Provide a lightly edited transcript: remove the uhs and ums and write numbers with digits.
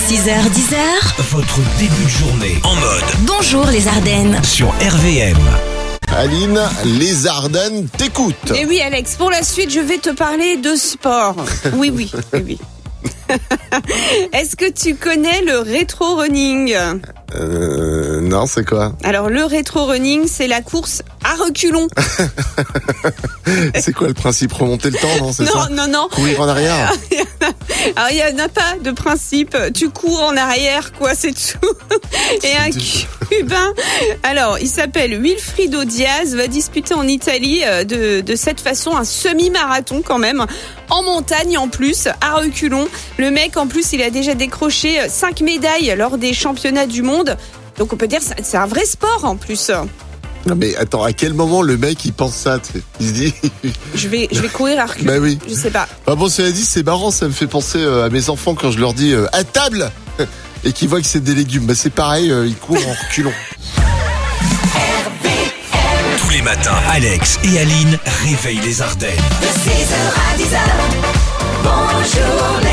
6h10. Votre début de journée en mode Bonjour les Ardennes. sur RVM. Aline, les Ardennes t'écoutent. Et oui Alex, pour la suite je vais te parler de sport. Oui. Est-ce que tu connais le rétro-running ? Non, c'est quoi? Alors le rétro-running, c'est la course à reculons. C'est quoi le principe? Remonter le temps, non? C'est ça? Non. Courir en arrière? Alors il n'y en a pas de principe. Tu cours en arrière, quoi, c'est tout. Et un Cubain, alors il s'appelle Wilfrido Diaz, va disputer en Italie de cette façon un semi-marathon quand même, en montagne en plus, à reculons. Le mec en plus il a déjà décroché 5 médailles lors des championnats du monde. Donc on peut dire c'est un vrai sport en plus. Non mais attends, à quel moment le mec il pense ça, tu sais? Il se dit... Je vais courir à reculons. Bah oui. Je sais pas. Bah bon, cela dit, c'est marrant, ça me fait penser à mes enfants quand je leur dis à table et qu'ils voient que c'est des légumes. Bah c'est pareil, ils courent en reculons. Tous les matins, Alex et Aline réveillent les Ardennes. De 6h à 10h, bonjour les